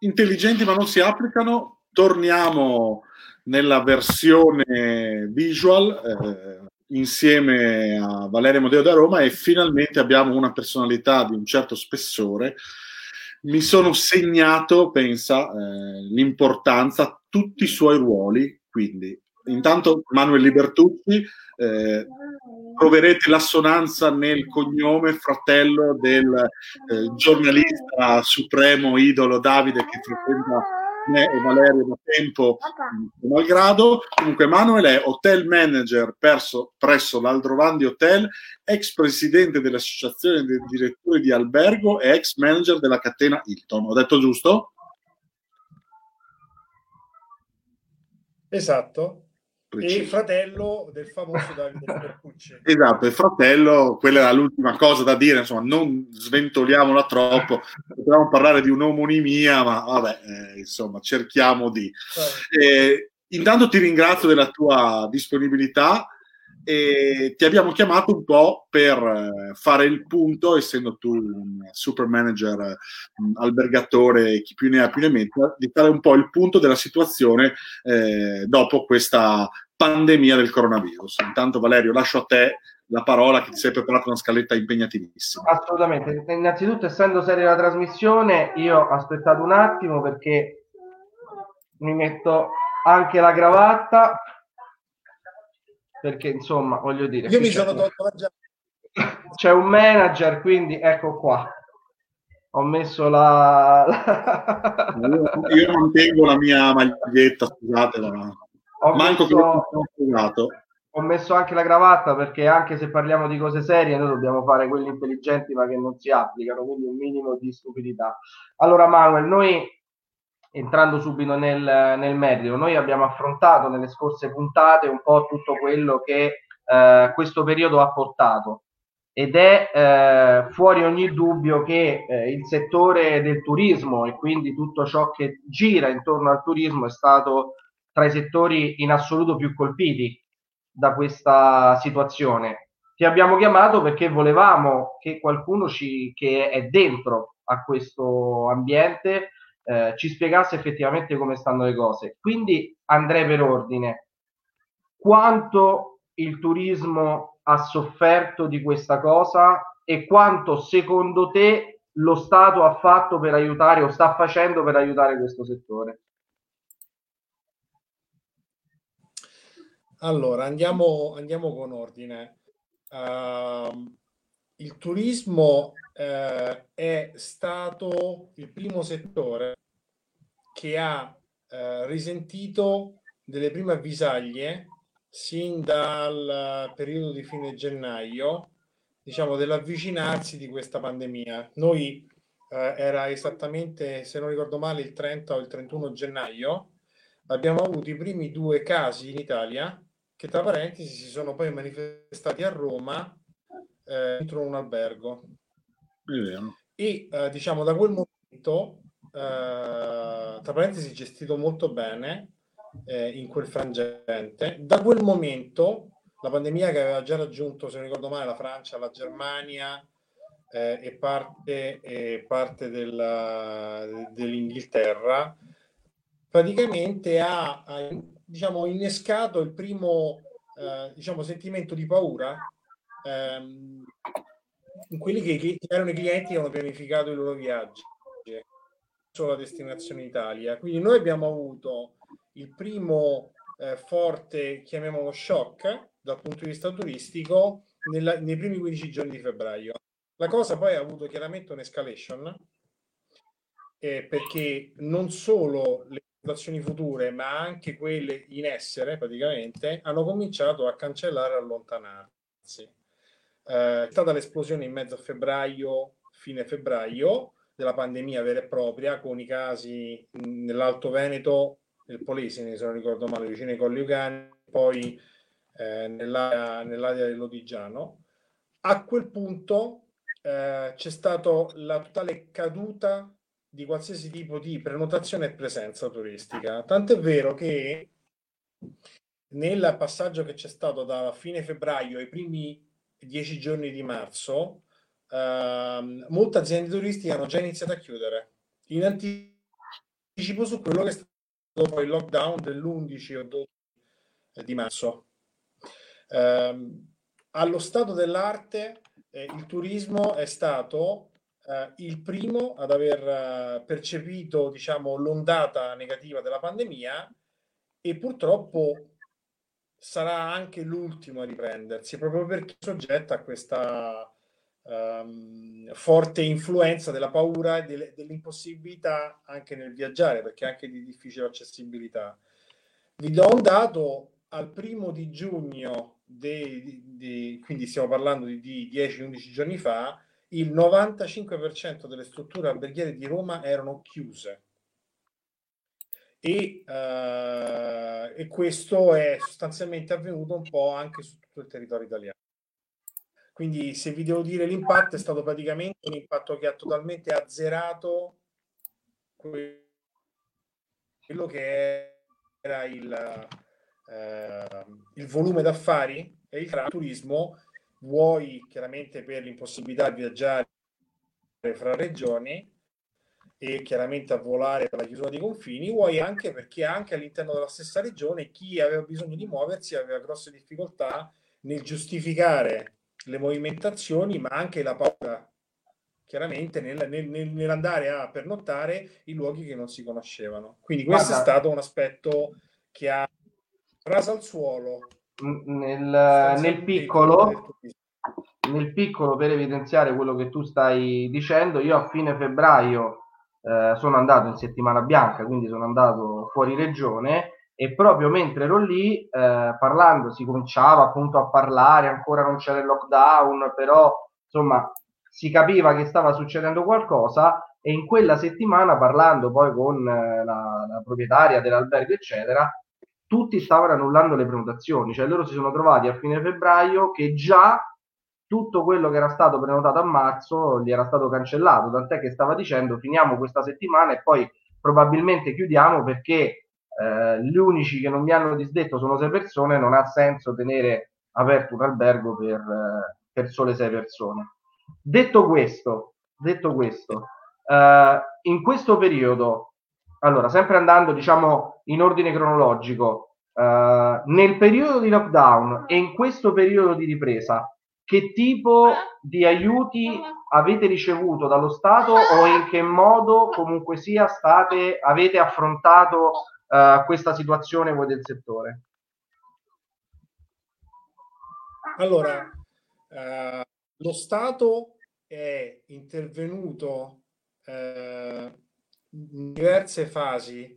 intelligenti ma non si applicano. Torniamo nella versione visual insieme a Valerio Amodeo da Roma, e finalmente abbiamo una personalità di un certo spessore. Mi sono segnato, pensa, l'importanza, tutti i suoi ruoli, quindi intanto Manuel Libertucci, troverete l'assonanza nel cognome, fratello del giornalista supremo idolo Davide, che frequenta me e Valerio da tempo, malgrado. Comunque Manuel è hotel manager presso l'Aldrovandi Hotel, ex presidente dell'associazione dei direttori di albergo e ex manager della catena Hilton. Ho detto giusto? Esatto. Preciso. E fratello del famoso Davide Libertucci. Esatto, il fratello, quella era l'ultima cosa da dire, insomma, non sventoliamola troppo, potevamo parlare di un'omonimia, ma vabbè, insomma, cerchiamo di... intanto ti ringrazio della tua disponibilità, e ti abbiamo chiamato un po' per fare il punto, essendo tu un super manager, albergatore, chi più ne ha più ne metta, di fare un po' il punto della situazione dopo questa pandemia del coronavirus. Intanto Valerio, lascio a te la parola, che ti sei preparato una scaletta impegnativissima. Assolutamente. Innanzitutto, essendo seria la trasmissione, io ho aspettato un attimo perché mi metto anche la cravatta, perché insomma, voglio dire, io mi sono tolto la giacca. C'è un manager, quindi ecco qua. Ho messo la... Io mantengo la mia maglietta, scusate, ho messo anche la cravatta, perché anche se parliamo di cose serie noi dobbiamo fare quelle intelligenti ma che non si applicano, quindi un minimo di stupidità. Allora Manuel, noi entrando subito nel merito, noi abbiamo affrontato nelle scorse puntate un po' tutto quello che questo periodo ha portato, ed è fuori ogni dubbio che il settore del turismo, e quindi tutto ciò che gira intorno al turismo, è stato tra i settori in assoluto più colpiti da questa situazione. Ti abbiamo chiamato perché volevamo che qualcuno che è dentro a questo ambiente ci spiegasse effettivamente come stanno le cose. Quindi andrei per ordine. Quanto il turismo ha sofferto di questa cosa e quanto secondo te lo Stato ha fatto per aiutare o sta facendo per aiutare questo settore? Allora, andiamo con ordine. Il turismo è stato il primo settore che ha risentito delle prime avvisaglie sin dal periodo di fine gennaio, diciamo, dell'avvicinarsi di questa pandemia. Noi era esattamente, se non ricordo male, il 30 o il 31 gennaio, abbiamo avuto i primi 2 casi in Italia, che tra parentesi si sono poi manifestati a Roma dentro un albergo. E diciamo da quel momento, tra parentesi, gestito molto bene in quel frangente, da quel momento la pandemia, che aveva già raggiunto, se non ricordo male, la Francia, la Germania e parte dell'Inghilterra, praticamente ha diciamo innescato il primo diciamo sentimento di paura in quelli che erano i clienti che avevano pianificato i loro viaggi sulla destinazione Italia. Quindi noi abbiamo avuto il primo forte, chiamiamolo shock dal punto di vista turistico nei primi 15 giorni di febbraio. La cosa poi ha avuto chiaramente un'escalation perché non solo le situazioni future, ma anche quelle in essere praticamente hanno cominciato a cancellare e allontanarsi. È stata l'esplosione in mezzo a febbraio, fine febbraio, della pandemia vera e propria, con i casi nell'Alto Veneto, nel Polesine, se non ricordo male, vicino ai Colli Euganei, poi nell'area dell'Odigiano. A quel punto c'è stata la totale caduta di qualsiasi tipo di prenotazione e presenza turistica. Tant'è vero che nel passaggio che c'è stato da fine febbraio ai primi 10 giorni di marzo, molte aziende turistiche hanno già iniziato a chiudere in anticipo anticipo su quello che è stato poi il lockdown dell'11 o 12 di marzo. Allo stato dell'arte, il turismo è stato il primo ad aver percepito, diciamo, l'ondata negativa della pandemia, e purtroppo sarà anche l'ultimo a riprendersi, proprio perché è soggetto a questa forte influenza della paura e dell'impossibilità anche nel viaggiare, perché è anche di difficile accessibilità. Vi do un dato: al 1° giugno, quindi stiamo parlando di 10-11 giorni fa, il 95% delle strutture alberghiere di Roma erano chiuse. E questo è sostanzialmente avvenuto un po' anche su tutto il territorio italiano. Quindi, se vi devo dire, l'impatto è stato praticamente un impatto che ha totalmente azzerato quello che era il volume d'affari e il turismo, vuoi chiaramente per l'impossibilità di viaggiare fra regioni e chiaramente a volare per la chiusura dei confini, vuoi anche perché anche all'interno della stessa regione chi aveva bisogno di muoversi aveva grosse difficoltà nel giustificare le movimentazioni, ma anche la paura chiaramente nell'andare a pernottare in luoghi che non si conoscevano. Quindi questo è stato un aspetto che ha raso al suolo nel piccolo, per evidenziare quello che tu stai dicendo. Io a fine febbraio sono andato in settimana bianca, quindi sono andato fuori regione, e proprio mentre ero lì parlando, si cominciava appunto a parlare, ancora non c'era il lockdown, però insomma si capiva che stava succedendo qualcosa, e in quella settimana, parlando poi con la proprietaria dell'albergo eccetera, tutti stavano annullando le prenotazioni, cioè loro si sono trovati a fine febbraio che già tutto quello che era stato prenotato a marzo gli era stato cancellato, tant'è che stava dicendo finiamo questa settimana e poi probabilmente chiudiamo, perché gli unici che non mi hanno disdetto sono 6 persone, non ha senso tenere aperto un albergo per sole 6 persone. Detto questo, in questo periodo, allora, sempre andando diciamo in ordine cronologico, nel periodo di lockdown e in questo periodo di ripresa, che tipo di aiuti avete ricevuto dallo Stato, o in che modo comunque sia avete affrontato questa situazione voi del settore? Allora, lo Stato è intervenuto in diverse fasi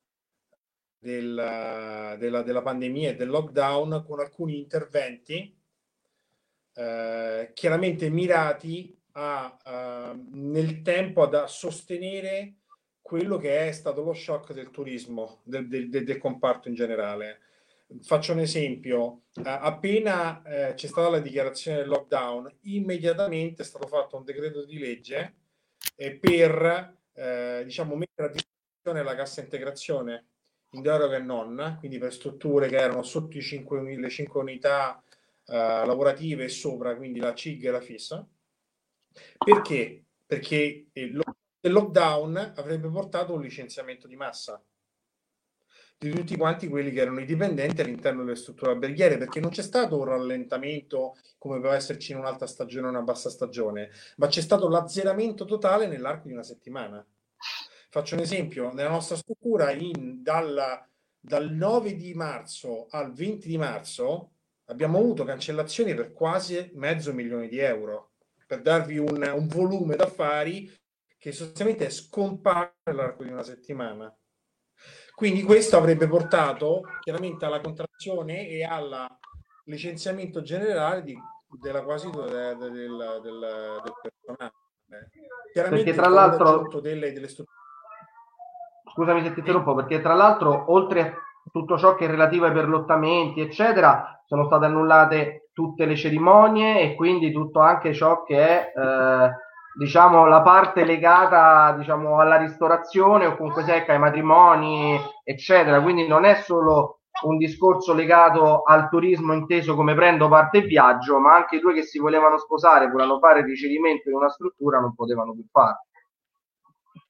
della pandemia e del lockdown con alcuni interventi chiaramente mirati nel tempo a sostenere quello che è stato lo shock del turismo, del comparto in generale. Faccio un esempio: appena c'è stata la dichiarazione del lockdown, immediatamente è stato fatto un decreto di legge per diciamo mettere a disposizione la cassa integrazione in deroga e non, quindi per strutture che erano sotto le 5 unità lavorative e sopra, quindi la CIG e la FIS. Perché? Perché il lockdown avrebbe portato un licenziamento di massa di tutti quanti quelli che erano i dipendenti all'interno delle strutture alberghiere, perché non c'è stato un rallentamento come può esserci in un'alta stagione o una bassa stagione, ma c'è stato l'azzeramento totale nell'arco di una settimana. Faccio un esempio: nella nostra struttura dal 9 di marzo al 20 di marzo abbiamo avuto cancellazioni per quasi €500.000, per darvi un volume d'affari che sostanzialmente è scomparso nell'arco di una settimana. Quindi questo avrebbe portato chiaramente alla contrazione e al licenziamento generale della quasi del personale. Chiaramente perché tra l'altro delle strutture. Scusami se ti interrompo, perché tra l'altro oltre a tutto ciò che è relativo ai perlottamenti eccetera, sono state annullate tutte le cerimonie e quindi tutto anche ciò che è diciamo la parte legata diciamo alla ristorazione o comunque secca ai matrimoni eccetera, quindi non è solo un discorso legato al turismo inteso come prendo parte e viaggio, ma anche i due che si volevano sposare, volevano fare il ricevimento in una struttura, non potevano più fare.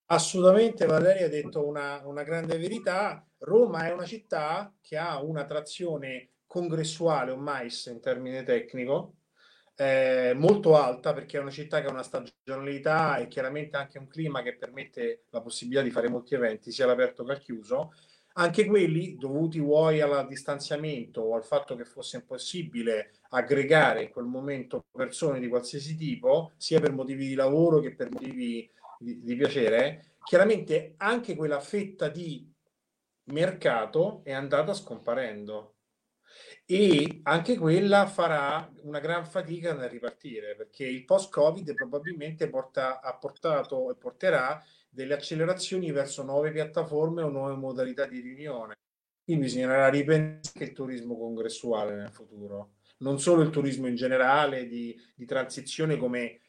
Assolutamente, Valeria ha detto una grande verità. Roma è una città che ha una trazione congressuale, o MAIS in termine tecnico, molto alta, perché è una città che ha una stagionalità e chiaramente anche un clima che permette la possibilità di fare molti eventi, sia all'aperto che al chiuso. Anche quelli dovuti vuoi al distanziamento o al fatto che fosse impossibile aggregare in quel momento persone di qualsiasi tipo, sia per motivi di lavoro che per motivi di piacere, chiaramente anche quella fetta di mercato è andata scomparendo e anche quella farà una gran fatica nel ripartire, perché il post-Covid probabilmente ha portato e porterà delle accelerazioni verso nuove piattaforme o nuove modalità di riunione. Quindi bisognerà ripensare il turismo congressuale nel futuro, non solo il turismo in generale di transizione come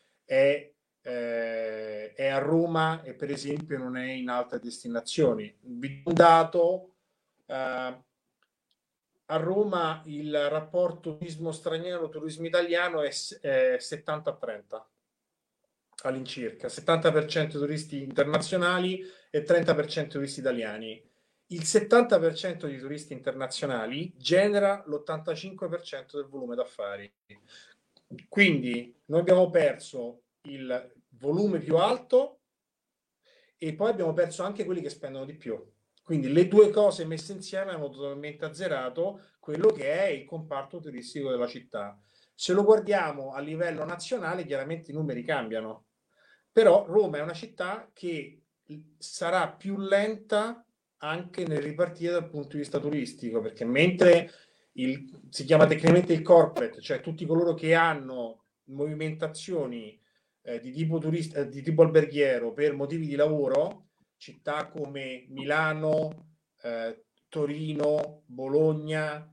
è a Roma e per esempio non è in altre destinazioni. Un dato, a Roma il rapporto turismo straniero-turismo italiano è 70-30 all'incirca, 70% turisti internazionali e 30% turisti italiani. Il 70% di turisti internazionali genera l'85% del volume d'affari. Quindi noi abbiamo perso il volume più alto e poi abbiamo perso anche quelli che spendono di più. Quindi le due cose messe insieme hanno totalmente azzerato quello che è il comparto turistico della città. Se lo guardiamo a livello nazionale, chiaramente i numeri cambiano, però Roma è una città che sarà più lenta anche nel ripartire dal punto di vista turistico, perché mentre si chiama tecnicamente il corporate, cioè tutti coloro che hanno movimentazioni di tipo alberghiero per motivi di lavoro, città come Milano, Torino, Bologna,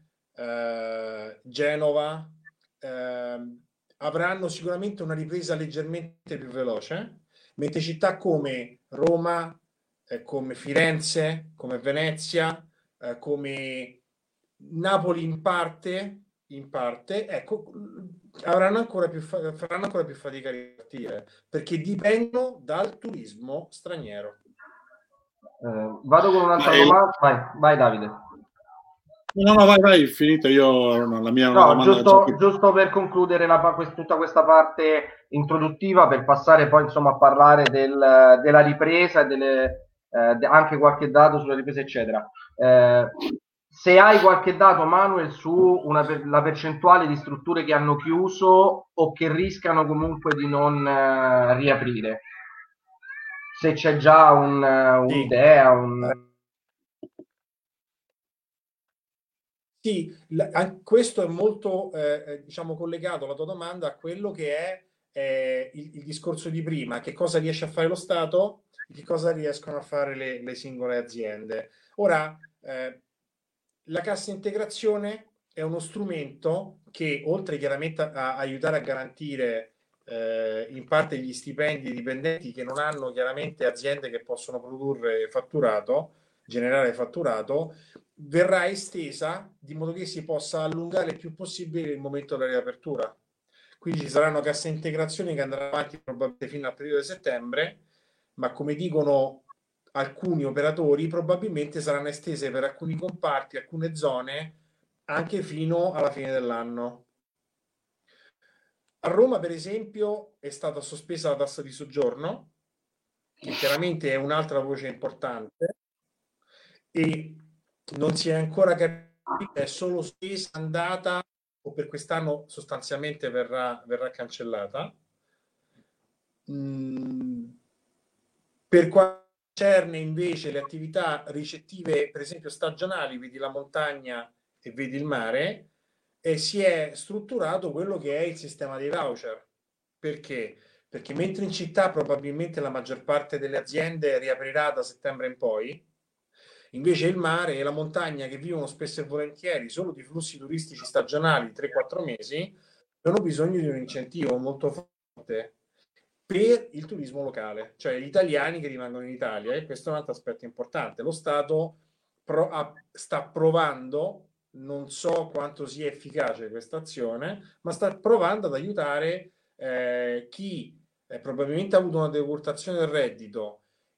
Genova, avranno sicuramente una ripresa leggermente più veloce, mentre città come Roma, come Firenze, come Venezia, come Napoli in parte, ecco, faranno ancora più fatica a ripartire perché dipendono dal turismo straniero. Vado con un'altra domanda. Vai Davide. No, vai, finito. Io la mia è una domanda giusto per concludere tutta questa parte introduttiva, per passare poi insomma a parlare della ripresa e anche qualche dato sulla ripresa, eccetera. Se hai qualche dato, Manuel, su la percentuale di strutture che hanno chiuso o che rischiano comunque di non riaprire, se c'è già un'idea, Sì, questo è molto diciamo collegato alla tua domanda a quello che è il discorso di prima, che cosa riesce a fare lo Stato, che cosa riescono a fare le singole aziende. Ora, la cassa integrazione è uno strumento che, oltre chiaramente a aiutare a garantire in parte gli stipendi ai dipendenti che non hanno chiaramente aziende che possono produrre fatturato, generare fatturato, verrà estesa di modo che si possa allungare il più possibile il momento della riapertura. Quindi ci saranno casse integrazioni che andranno avanti probabilmente fino al periodo di settembre, ma come dicono alcuni operatori, probabilmente saranno estese per alcuni comparti, alcune zone, anche fino alla fine dell'anno. A Roma, per esempio, è stata sospesa la tassa di soggiorno, che chiaramente è un'altra voce importante, e non si è ancora capito, è solo spesa andata o per quest'anno sostanzialmente verrà cancellata. Per quanto concerne invece le attività ricettive, per esempio stagionali, vedi la montagna e vedi il mare, si è strutturato quello che è il sistema dei voucher. Perché? Perché mentre in città probabilmente la maggior parte delle aziende riaprirà da settembre in poi, invece il mare e la montagna, che vivono spesso e volentieri solo di flussi turistici stagionali 3-4 mesi, hanno bisogno di un incentivo molto forte per il turismo locale, cioè gli italiani che rimangono in Italia, e questo è un altro aspetto importante. Lo Stato sta provando, non so quanto sia efficace questa azione, ma sta provando ad aiutare chi probabilmente ha avuto una decurtazione del reddito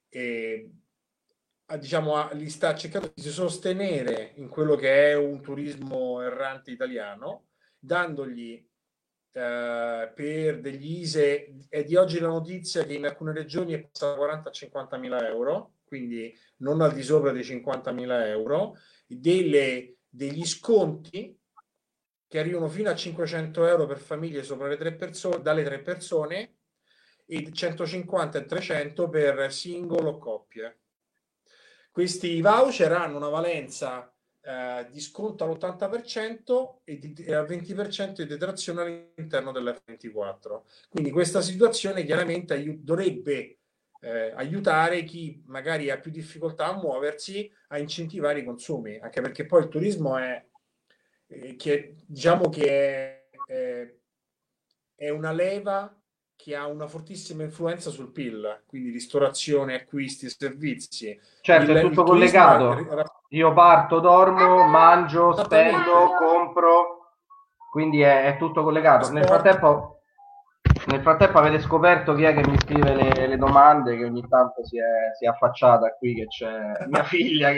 diciamo, li sta cercando di sostenere in quello che è un turismo errante italiano, dandogli per degli ISE. È di oggi la notizia che in alcune regioni è passata da 40 a 50 mila euro, quindi non al di sopra dei 50 mila euro, degli sconti che arrivano fino a 500 euro per famiglie sopra le 3 persone, dalle 3 persone, e 150 e 300 per singolo o coppie. Questi voucher hanno una valenza di sconto all'80% e al 20% di detrazione all'interno dell'F24. Quindi questa situazione chiaramente dovrebbe aiutare chi magari ha più difficoltà a muoversi, a incentivare i consumi, anche perché poi il turismo diciamo che è una leva che ha una fortissima influenza sul PIL, quindi ristorazione, acquisti, servizi. Certo, è tutto collegato. Io parto, dormo, mangio, spendo, compro, quindi è tutto collegato. Nel frattempo avete scoperto chi è che mi scrive le domande, che ogni tanto si è affacciata qui, che c'è mia figlia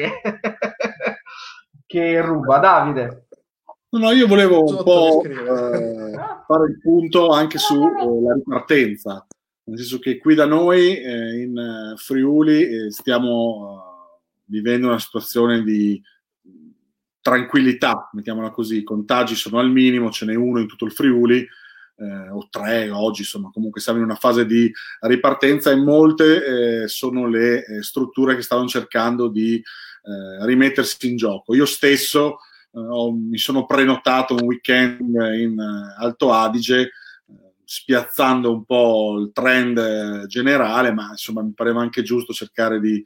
che ruba. Davide. No, io volevo un po' fare il punto anche sulla ripartenza, nel senso che qui da noi in Friuli stiamo vivendo una situazione di tranquillità, mettiamola così. I contagi sono al minimo, ce n'è uno in tutto il Friuli, o 3 oggi, insomma, comunque siamo in una fase di ripartenza e molte sono le strutture che stavano cercando di rimettersi in gioco. Io stesso mi sono prenotato un weekend in Alto Adige, spiazzando un po' il trend generale, ma insomma mi pareva anche giusto cercare di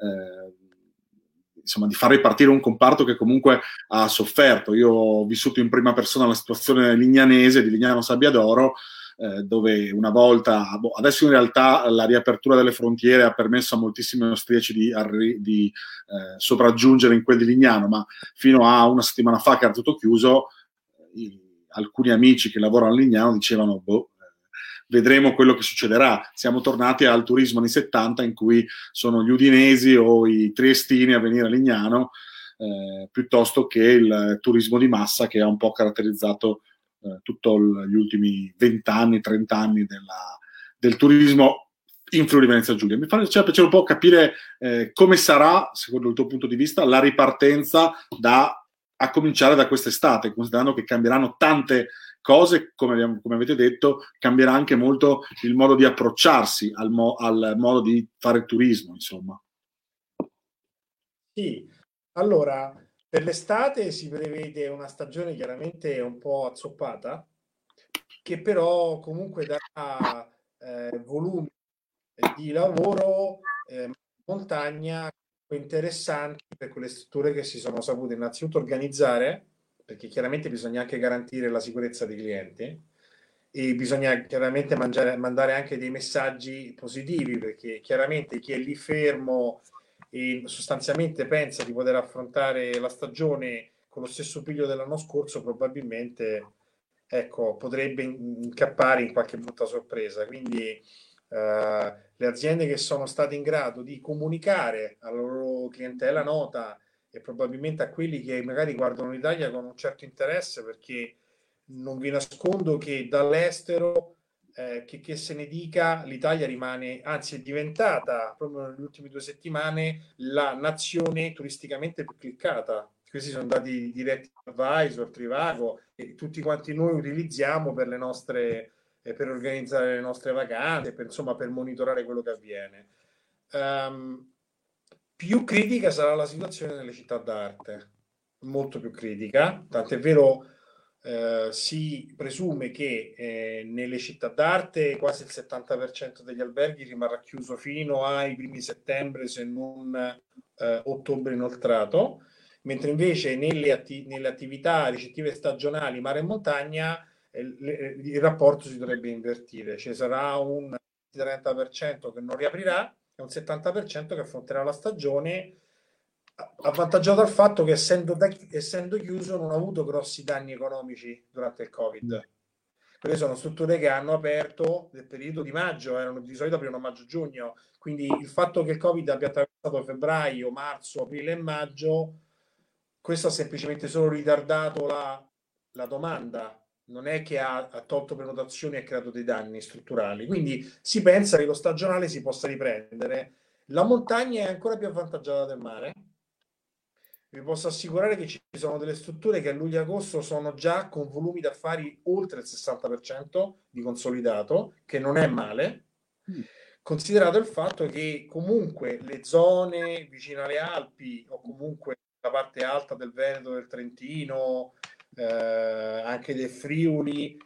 far ripartire un comparto che comunque ha sofferto. Io ho vissuto in prima persona la situazione lignanese, di Lignano Sabbiadoro, dove una volta, adesso in realtà la riapertura delle frontiere ha permesso a moltissimi austriaci di sopraggiungere in quel di Lignano, ma fino a una settimana fa che era tutto chiuso, alcuni amici che lavorano a Lignano dicevano vedremo quello che succederà. Siamo tornati al turismo anni 70, in cui sono gli udinesi o i triestini a venire a Lignano, piuttosto che il turismo di massa che ha un po' caratterizzato tutto gli ultimi 20 anni, 30 anni del turismo in Friuli Venezia Giulia. Mi fa piacere un po' capire come sarà, secondo il tuo punto di vista, la ripartenza a cominciare da quest'estate, considerando che cambieranno tante cose, come avete detto, cambierà anche molto il modo di approcciarsi al modo di fare turismo, insomma. Sì, allora, per l'estate si prevede una stagione chiaramente un po' azzoppata, che però comunque darà volumi di lavoro in montagna interessanti per quelle strutture che si sono sapute innanzitutto organizzare, perché chiaramente bisogna anche garantire la sicurezza dei clienti e bisogna chiaramente mandare anche dei messaggi positivi, perché chiaramente chi è lì fermo e sostanzialmente pensa di poter affrontare la stagione con lo stesso piglio dell'anno scorso probabilmente potrebbe incappare in qualche brutta sorpresa. Quindi le aziende che sono state in grado di comunicare alla loro clientela nota e probabilmente a quelli che magari guardano l'Italia con un certo interesse, perché non vi nascondo che dall'estero che se ne dica, l'Italia rimane, anzi è diventata proprio nelle ultime 2 settimane la nazione turisticamente più cliccata. Questi sono dati diretti da Advisor, Trivago, e tutti quanti noi utilizziamo per le nostre per organizzare le nostre vacanze, per monitorare quello che avviene. Più critica sarà la situazione nelle città d'arte, molto più critica, tant'è vero si presume che nelle città d'arte quasi il 70% degli alberghi rimarrà chiuso fino ai primi settembre, se non ottobre inoltrato, mentre invece nelle attività ricettive stagionali, mare e montagna, il rapporto si dovrebbe invertire. Ci sarà un 30% che non riaprirà e un 70% che affronterà la stagione, avvantaggiato dal fatto che essendo chiuso non ha avuto grossi danni economici durante il Covid. Quelle sono strutture che hanno aperto nel periodo di maggio, erano di solito aprirono maggio-giugno, quindi il fatto che il Covid abbia attraversato febbraio, marzo, aprile e maggio, questo ha semplicemente solo ritardato la domanda, non è che ha tolto prenotazioni e ha creato dei danni strutturali. Quindi si pensa che lo stagionale si possa riprendere. La montagna è ancora più avvantaggiata del mare. Vi posso assicurare che ci sono delle strutture che a luglio e agosto sono già con volumi d'affari oltre il 60% di consolidato, che non è male, considerato il fatto che comunque le zone vicino alle Alpi o comunque la parte alta del Veneto, del Trentino, anche del Friuli,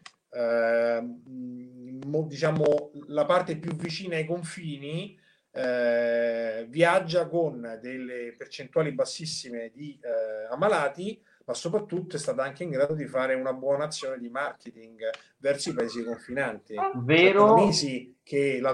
diciamo la parte più vicina ai confini, viaggia con delle percentuali bassissime di ammalati, ma soprattutto è stata anche in grado di fare una buona azione di marketing verso i paesi confinanti. Vero. Sono mesi che la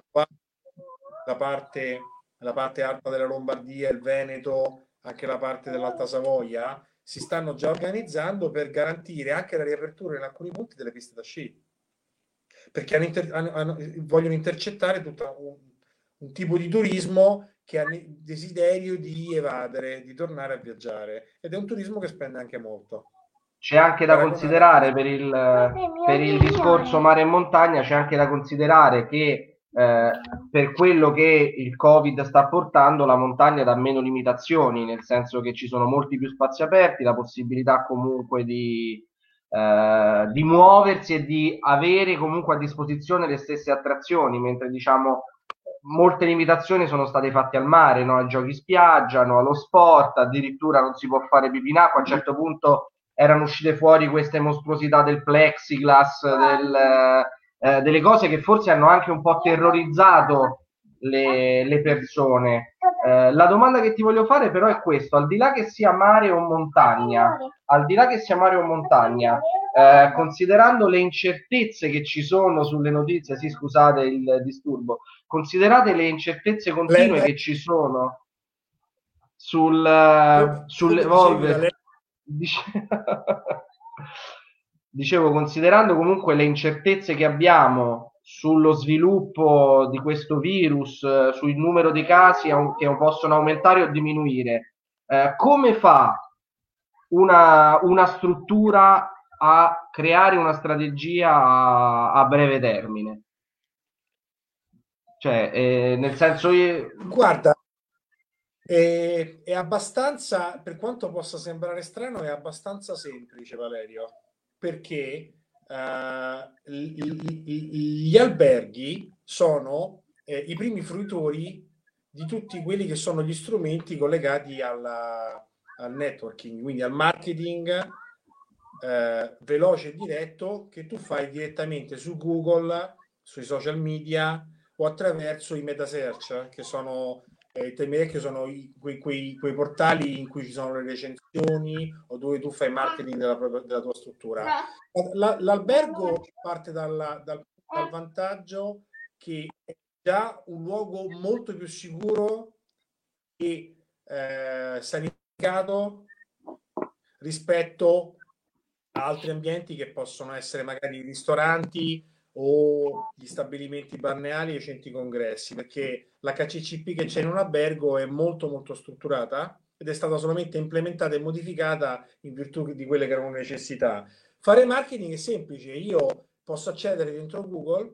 parte alta della Lombardia, il Veneto, anche la parte dell'Alta Savoia si stanno già organizzando per garantire anche la riapertura in alcuni punti delle piste da sci, perché vogliono intercettare tutto un tipo di turismo che ha desiderio di evadere, di tornare a viaggiare, ed è un turismo che spende anche molto. C'è anche da considerare per il discorso mare e montagna, c'è anche da considerare che per quello che il Covid sta portando, la montagna dà meno limitazioni, nel senso che ci sono molti più spazi aperti, la possibilità comunque di muoversi e di avere comunque a disposizione le stesse attrazioni, mentre diciamo molte limitazioni sono state fatte al mare, no? Ai giochi spiaggia, no? Allo sport, addirittura non si può fare pipì in acqua. A un certo punto erano uscite fuori queste mostruosità del plexiglass, delle cose che forse hanno anche un po' terrorizzato le persone. La domanda che ti voglio fare però è questo: al di là che sia mare o montagna, considerando le incertezze che ci sono sulle notizie, sì, scusate il disturbo, considerate le incertezze continue che ci sono sull'evolvere, dicevo, considerando comunque le incertezze che abbiamo sullo sviluppo di questo virus, sul numero di casi che possono aumentare o diminuire, come fa una struttura a creare una strategia a breve termine? Cioè, nel senso, guarda, è abbastanza, per quanto possa sembrare strano, è abbastanza semplice, Valerio, perché gli alberghi sono i primi fruitori di tutti quelli che sono gli strumenti collegati al networking, quindi al marketing veloce e diretto che tu fai direttamente su Google, sui social media o attraverso i meta search, che sono che sono quei portali in cui ci sono le recensioni o dove tu fai marketing della tua struttura. L'albergo parte dal vantaggio che è già un luogo molto più sicuro e sanitario rispetto a altri ambienti che possono essere magari ristoranti o gli stabilimenti balneari e centri congressi, perché la KCCP che c'è in un albergo è molto molto strutturata ed è stata solamente implementata e modificata in virtù di quelle che erano necessità. Fare marketing è semplice, io posso accedere dentro Google,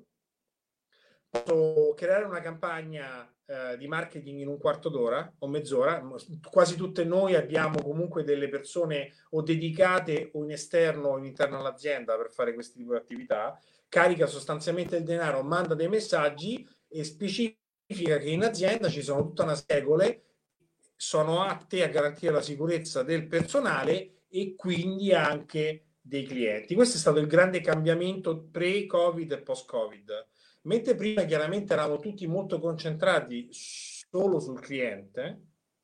posso creare una campagna di marketing in un quarto d'ora o mezz'ora. Quasi tutte noi abbiamo comunque delle persone o dedicate o in esterno o in interno all'azienda per fare questo tipo di attività. Carica sostanzialmente il denaro, manda dei messaggi e specifica che in azienda ci sono tutta una serie di regole, sono atte a garantire la sicurezza del personale e quindi anche dei clienti. Questo è stato il grande cambiamento pre-Covid e post-Covid. Mentre prima chiaramente eravamo tutti molto concentrati solo sul cliente,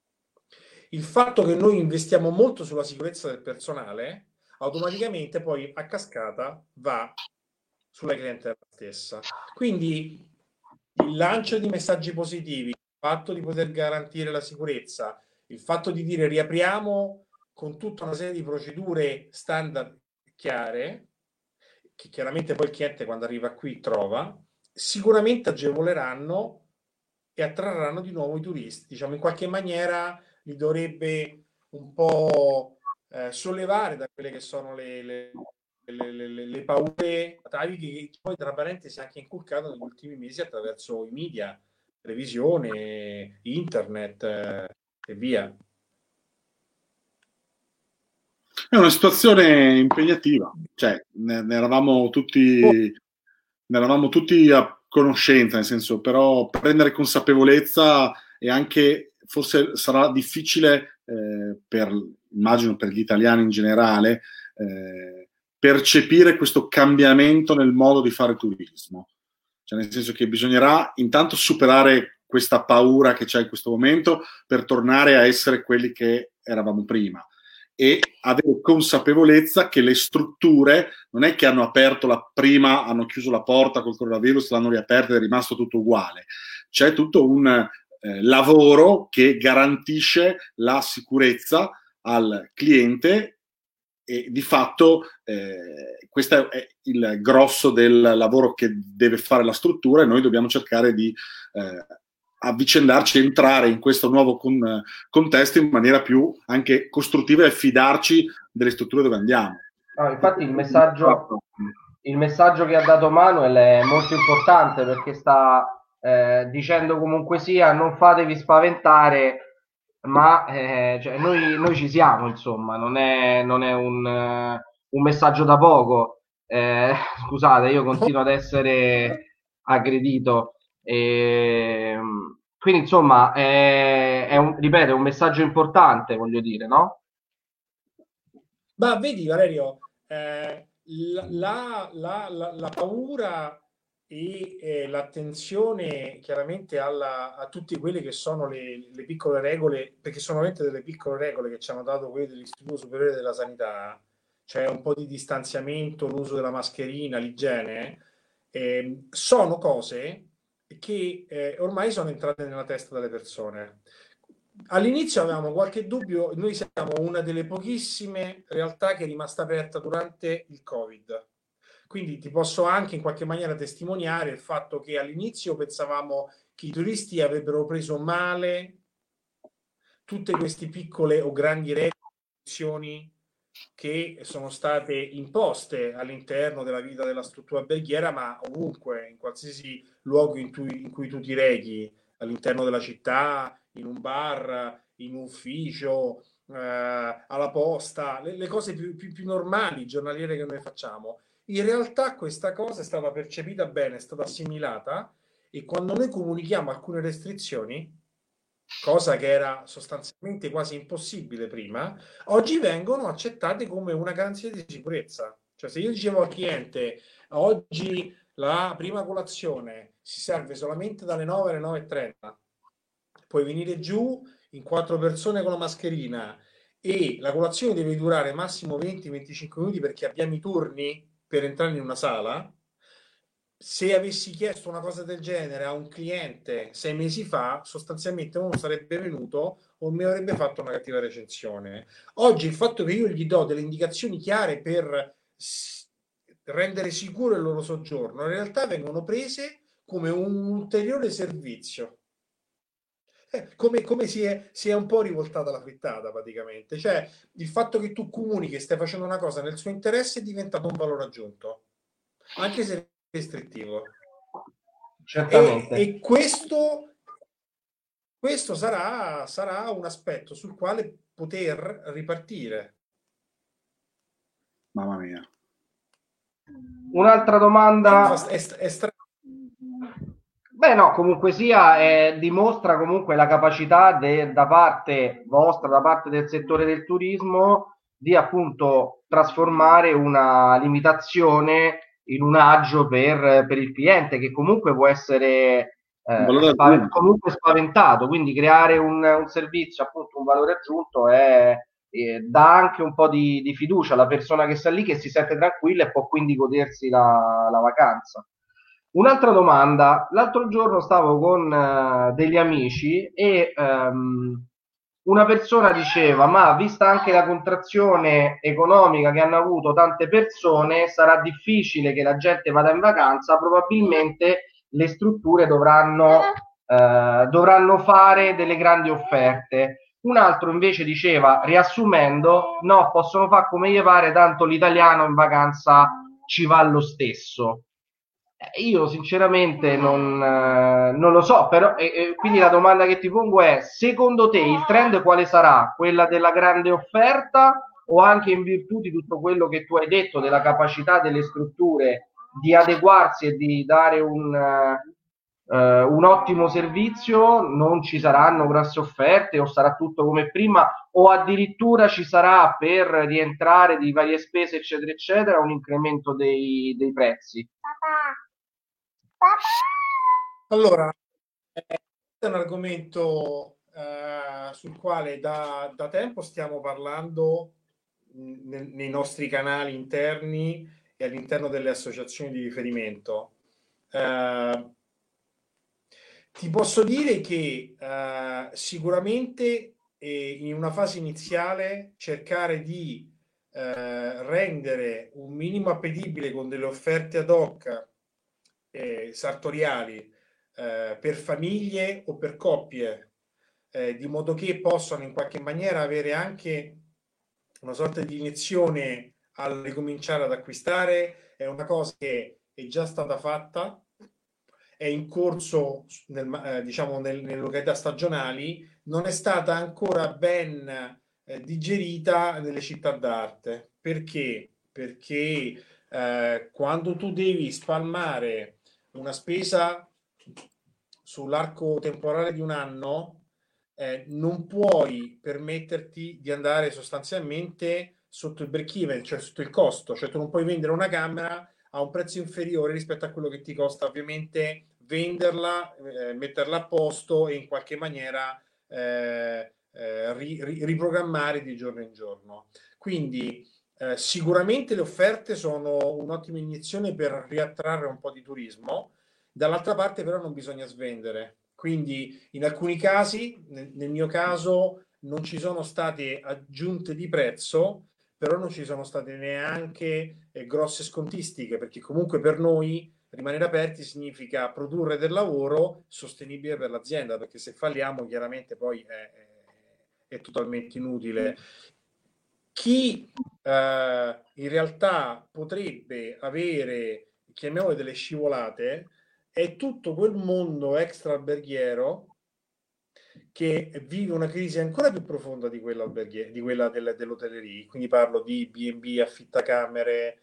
il fatto che noi investiamo molto sulla sicurezza del personale automaticamente poi a cascata va sulla clientela stessa. Quindi il lancio di messaggi positivi, il fatto di poter garantire la sicurezza, il fatto di dire riapriamo con tutta una serie di procedure standard chiare, che chiaramente poi il cliente quando arriva qui trova, sicuramente agevoleranno e attrarranno di nuovo i turisti. Diciamo, in qualche maniera li dovrebbe un po' sollevare da quelle che sono le paure tali che poi, tra parentesi, anche inculcato negli ultimi mesi attraverso i media, televisione, internet e via. È una situazione impegnativa, cioè ne eravamo tutti a conoscenza, nel senso, però prendere consapevolezza e anche forse sarà difficile immagino per gli italiani in generale, percepire questo cambiamento nel modo di fare turismo. Cioè, nel senso che bisognerà intanto superare questa paura che c'è in questo momento per tornare a essere quelli che eravamo prima e avere consapevolezza che le strutture non è che hanno aperto la prima, hanno chiuso la porta col coronavirus, l'hanno riaperta ed è rimasto tutto uguale. C'è tutto un lavoro che garantisce la sicurezza al cliente e di fatto questo è il grosso del lavoro che deve fare la struttura e noi dobbiamo cercare di avvicendarci, entrare in questo nuovo contesto in maniera più anche costruttiva e fidarci delle strutture dove andiamo. No, infatti il messaggio che ha dato Manuel è molto importante perché sta dicendo comunque sia non fatevi spaventare, ma cioè noi ci siamo, insomma, non è un messaggio da poco. Scusate, io continuo ad essere aggredito. Quindi insomma ripeto, è un messaggio importante, voglio dire, no? Ma vedi Valerio, la paura e l'attenzione chiaramente a tutte quelle che sono le piccole regole, perché sono veramente delle piccole regole che ci hanno dato quelli dell'Istituto Superiore della Sanità, cioè un po' di distanziamento, l'uso della mascherina, l'igiene, sono cose che ormai sono entrate nella testa delle persone. All'inizio avevamo qualche dubbio, noi siamo una delle pochissime realtà che è rimasta aperta durante il Covid. Quindi ti posso anche in qualche maniera testimoniare il fatto che all'inizio pensavamo che i turisti avrebbero preso male tutte queste piccole o grandi regole che sono state imposte all'interno della vita della struttura alberghiera, ma ovunque, in qualsiasi luogo in cui tu ti rechi, all'interno della città, in un bar, in un ufficio, alla posta, le cose più normali, giornaliere che noi facciamo. In realtà questa cosa è stata percepita bene, è stata assimilata e quando noi comunichiamo alcune restrizioni, cosa che era sostanzialmente quasi impossibile prima, oggi vengono accettate come una garanzia di sicurezza. Cioè se io dicevo al cliente oggi la prima colazione si serve solamente dalle 9 alle 9:30, puoi venire giù in 4 persone con la mascherina e la colazione deve durare massimo 20-25 minuti perché abbiamo i turni per entrare in una sala. Se avessi chiesto una cosa del genere a un cliente 6 mesi fa, sostanzialmente non sarebbe venuto o mi avrebbe fatto una cattiva recensione. Oggi il fatto che io gli do delle indicazioni chiare per rendere sicuro il loro soggiorno, in realtà vengono prese come un ulteriore servizio. Come si è un po' rivoltata la frittata praticamente, cioè il fatto che tu comunichi che stai facendo una cosa nel suo interesse è diventato un valore aggiunto, anche se restrittivo. Certamente. E questo sarà un aspetto sul quale poter ripartire. Mamma mia. Un'altra domanda. Beh no, comunque sia, dimostra comunque la capacità da parte vostra, da parte del settore del turismo, di appunto trasformare una limitazione in un agio per il cliente, che comunque può essere comunque spaventato, quindi creare un servizio, appunto un valore aggiunto, dà anche un po' di fiducia alla persona che sta lì, che si sente tranquilla e può quindi godersi la vacanza. Un'altra domanda: l'altro giorno stavo con degli amici e una persona diceva: ma vista anche la contrazione economica che hanno avuto tante persone, sarà difficile che la gente vada in vacanza, probabilmente le strutture dovranno fare delle grandi offerte. Un altro invece diceva, riassumendo: no, possono fare come gli pare, tanto l'italiano in vacanza ci va lo stesso. Io sinceramente non lo so, però quindi la domanda che ti pongo è: secondo te il trend quale sarà? Quella della grande offerta, o anche in virtù di tutto quello che tu hai detto, della capacità delle strutture di adeguarsi e di dare un ottimo servizio, non ci saranno grosse offerte o sarà tutto come prima, o addirittura ci sarà, per rientrare di varie spese eccetera eccetera, un incremento dei prezzi? Allora, questo è un argomento sul quale da tempo stiamo parlando nei nostri canali interni e all'interno delle associazioni di riferimento. Ti posso dire che sicuramente in una fase iniziale cercare di rendere un minimo appetibile con delle offerte ad hoc sartoriali per famiglie o per coppie, di modo che possano in qualche maniera avere anche una sorta di iniezione al ricominciare ad acquistare, è una cosa che è già stata fatta, è in corso diciamo nelle località stagionali, non è stata ancora ben digerita nelle città d'arte. Perché? Perché quando tu devi spalmare una spesa sull'arco temporale di un anno, non puoi permetterti di andare sostanzialmente sotto il break-even, cioè sotto il costo, cioè tu non puoi vendere una camera a un prezzo inferiore rispetto a quello che ti costa ovviamente venderla, metterla a posto e in qualche maniera riprogrammare di giorno in giorno. Quindi sicuramente le offerte sono un'ottima iniezione per riattrarre un po' di turismo, dall'altra parte però non bisogna svendere. Quindi in alcuni casi, nel mio caso, non ci sono state aggiunte di prezzo, però non ci sono state neanche grosse scontistiche, perché comunque per noi rimanere aperti significa produrre del lavoro sostenibile per l'azienda, perché se falliamo chiaramente poi è totalmente inutile. Chi in realtà potrebbe avere, chiamiamole delle scivolate, è tutto quel mondo extra alberghiero che vive una crisi ancora più profonda di quella dell'hotellerie. Quindi parlo di B&B, affittacamere,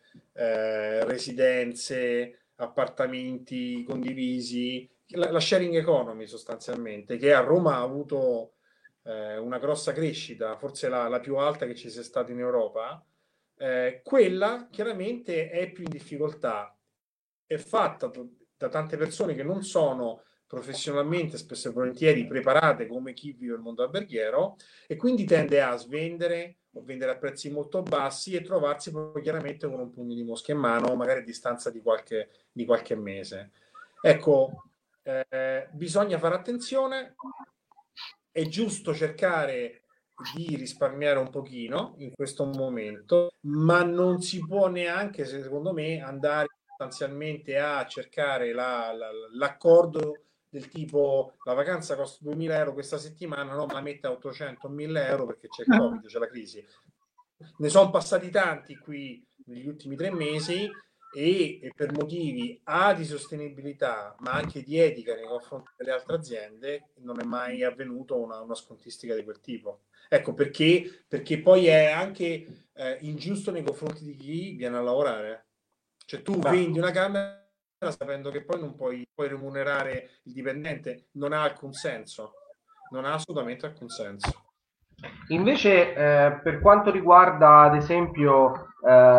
residenze, appartamenti condivisi, la sharing economy sostanzialmente, che a Roma ha avuto una grossa crescita, forse la più alta che ci sia stata in Europa. Quella chiaramente è più in difficoltà, è fatta da tante persone che non sono professionalmente spesso e volentieri preparate come chi vive il mondo alberghiero, e quindi tende a svendere o vendere a prezzi molto bassi e trovarsi poi chiaramente con un pugno di mosche in mano, magari a distanza di qualche mese. Ecco, bisogna fare attenzione, è giusto cercare di risparmiare un pochino in questo momento, ma non si può neanche, secondo me, andare sostanzialmente a cercare l'accordo del tipo: la vacanza costa 2000 euro questa settimana, no, ma la mette a 800-1000 euro perché c'è il Covid, c'è la crisi. Ne sono passati tanti qui negli ultimi 3 mesi e per motivi di sostenibilità ma anche di etica nei confronti delle altre aziende non è mai avvenuto una scontistica di quel tipo. Ecco perché poi è anche ingiusto nei confronti di chi viene a lavorare. Cioè tu vendi una camera sapendo che poi non puoi remunerare il dipendente, non ha alcun senso, non ha assolutamente alcun senso. Invece, per quanto riguarda ad esempio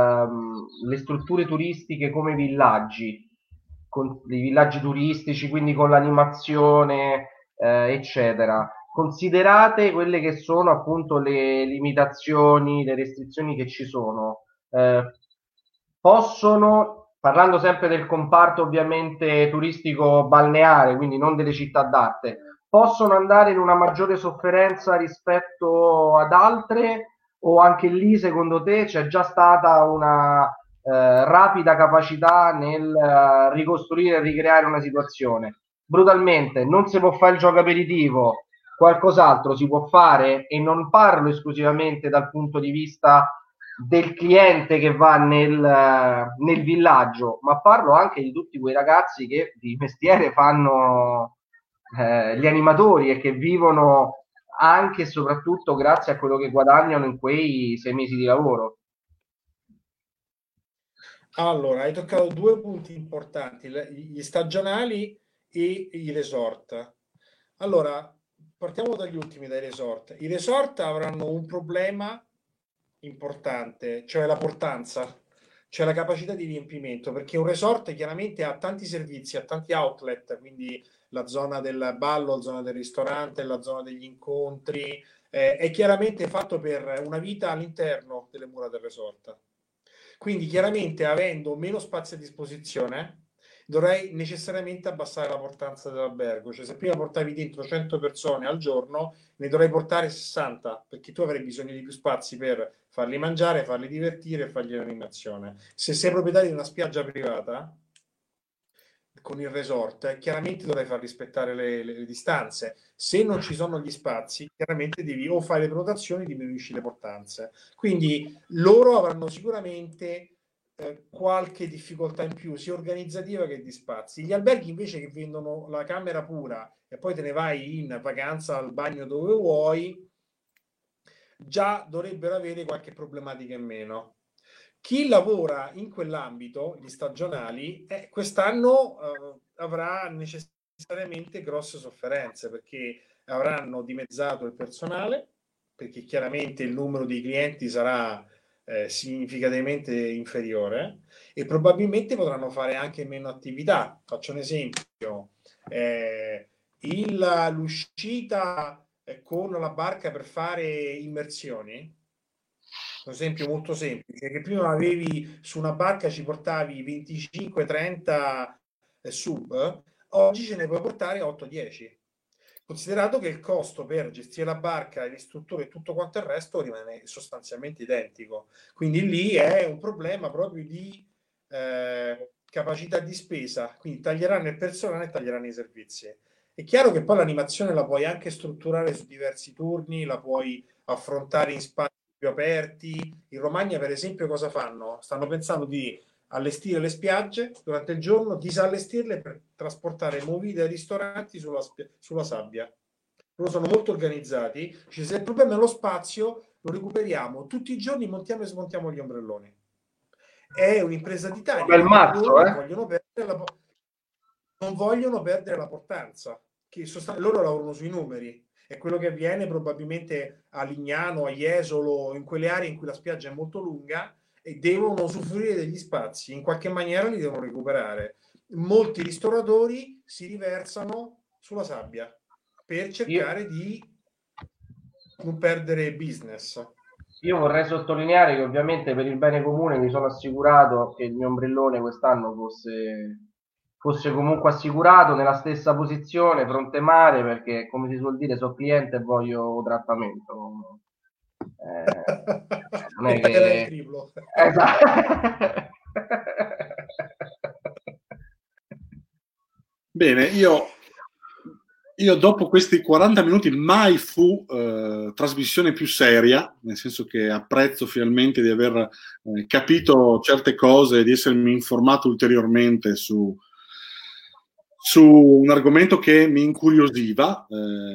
le strutture turistiche come villaggi, con dei villaggi turistici, quindi con l'animazione, eccetera, considerate quelle che sono appunto le limitazioni, le restrizioni che ci sono, possono, parlando sempre del comparto ovviamente turistico balneare, quindi non delle città d'arte, possono andare in una maggiore sofferenza rispetto ad altre, o anche lì secondo te c'è già stata una rapida capacità nel ricostruire e ricreare una situazione? Brutalmente, non si può fare il gioco aperitivo, qualcos'altro si può fare, e non parlo esclusivamente dal punto di vista del cliente che va nel villaggio, ma parlo anche di tutti quei ragazzi che di mestiere fanno gli animatori e che vivono anche e soprattutto grazie a quello che guadagnano in quei 6 mesi di lavoro. Allora, hai toccato due punti importanti, gli stagionali e i resort. Allora, partiamo dagli ultimi, dai resort. I resort avranno un problema importante, cioè la portanza, cioè la capacità di riempimento, perché un resort chiaramente ha tanti servizi, ha tanti outlet, quindi la zona del ballo, la zona del ristorante, la zona degli incontri, è chiaramente fatto per una vita all'interno delle mura del resort. Quindi chiaramente avendo meno spazio a disposizione dovrei necessariamente abbassare la portanza dell'albergo, cioè se prima portavi dentro 100 persone al giorno ne dovrei portare 60 perché tu avrai bisogno di più spazi per farli mangiare, farli divertire e fargli l'animazione. Se sei proprietario di una spiaggia privata con il resort, chiaramente dovrai far rispettare le distanze. Se non ci sono gli spazi, chiaramente devi o fare le prenotazioni, diminuisci le portanze. Quindi loro avranno sicuramente qualche difficoltà in più, sia organizzativa che di spazi. Gli alberghi invece che vendono la camera pura e poi te ne vai in vacanza al bagno dove vuoi, già dovrebbero avere qualche problematica in meno. Chi lavora in quell'ambito, gli stagionali, quest'anno avrà necessariamente grosse sofferenze perché avranno dimezzato il personale, perché chiaramente il numero di clienti sarà significativamente inferiore e probabilmente potranno fare anche meno attività. Faccio un esempio, l'uscita con la barca per fare immersioni, un esempio molto semplice, che prima avevi su una barca ci portavi 25-30 sub, oggi ce ne puoi portare 8-10. Considerato che il costo per gestire la barca, l'istruttore e tutto quanto il resto rimane sostanzialmente identico. Quindi lì è un problema proprio di capacità di spesa, quindi taglieranno il personale e taglieranno i servizi. È chiaro che poi l'animazione la puoi anche strutturare su diversi turni, la puoi affrontare in spazi più aperti. In Romagna, per esempio, cosa fanno? Stanno pensando di allestire le spiagge durante il giorno, disallestirle per trasportare movide ai ristoranti sulla sabbia. Loro sono molto organizzati. Se il problema è lo spazio, lo recuperiamo. Tutti i giorni montiamo e smontiamo gli ombrelloni. È un'impresa Un d'Italia bel perché mazzo, loro non vogliono perdere la portanza. Loro lavorano sui numeri. È quello che avviene probabilmente a Lignano, a Jesolo, in quelle aree in cui la spiaggia è molto lunga e devono usufruire degli spazi, in qualche maniera li devono recuperare. Molti ristoratori si riversano sulla sabbia per cercare di non perdere business. Io vorrei sottolineare che ovviamente per il bene comune mi sono assicurato che il mio ombrellone quest'anno fosse comunque assicurato nella stessa posizione, fronte mare, perché come si suol dire, sono cliente e voglio trattamento. Non è Era il che... triplo. Esatto. Bene, io dopo questi 40 minuti mai fu trasmissione più seria, nel senso che apprezzo finalmente di aver capito certe cose e di essermi informato ulteriormente su un argomento che mi incuriosiva.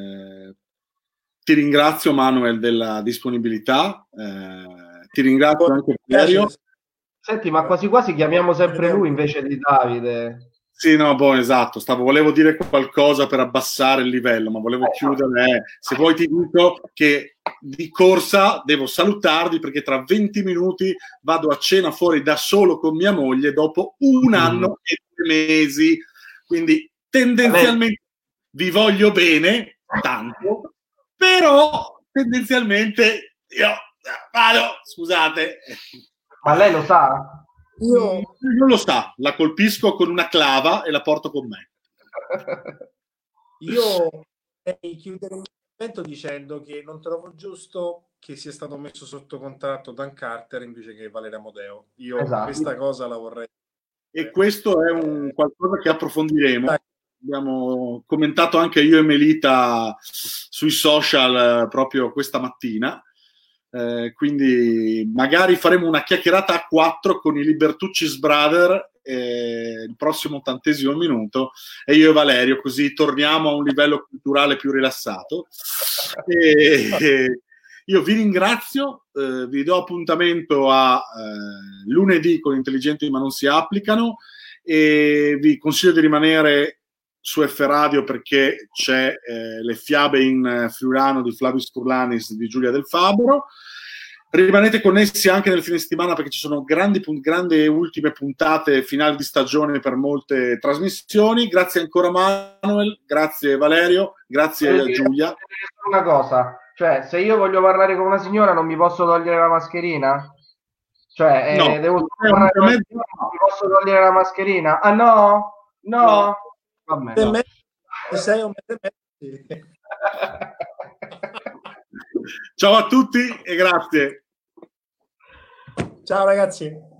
Ti ringrazio Manuel della disponibilità, ti ringrazio anche Valerio. Senti, ma quasi quasi chiamiamo sempre lui invece di Davide. Sì, no, boh, esatto, volevo dire qualcosa per abbassare il livello, ma volevo chiudere. Se vuoi ti dico che di corsa devo salutarvi perché tra 20 minuti vado a cena fuori da solo con mia moglie dopo 1 anno e 2 mesi, quindi tendenzialmente vi voglio bene, tanto, però tendenzialmente io vado, scusate. Ma lei lo sa? Non lo sa, la colpisco con una clava e la porto con me. Io chiudere il momento dicendo che non trovo giusto che sia stato messo sotto contratto Dan Carter invece che Valerio Amodeo. Io questa cosa la vorrei. E questo è un qualcosa che approfondiremo. Abbiamo commentato anche io e Melita sui social proprio questa mattina. Quindi magari faremo una chiacchierata a 4 con i Libertucci Brother il prossimo 80° minuto e io e Valerio, così torniamo a un livello culturale più rilassato. Io vi ringrazio, vi do appuntamento a lunedì con Intelligenti ma non si applicano e vi consiglio di rimanere su F Radio perché c'è le fiabe in friulano di Flavius Furlanis di Giulia Del Fabbro. Rimanete connessi anche nel fine settimana perché ci sono grandi ultime puntate finali di stagione per molte trasmissioni. Grazie ancora Manuel, grazie Valerio, grazie Giulia. Una cosa, cioè se io voglio parlare con una signora non mi posso togliere la mascherina? Cioè no, devo parlare con una signora, non mi posso togliere la mascherina? Ah no? No? Vabbè, no. Sei un mese e mezzo. Ciao a tutti e grazie. Ciao ragazzi.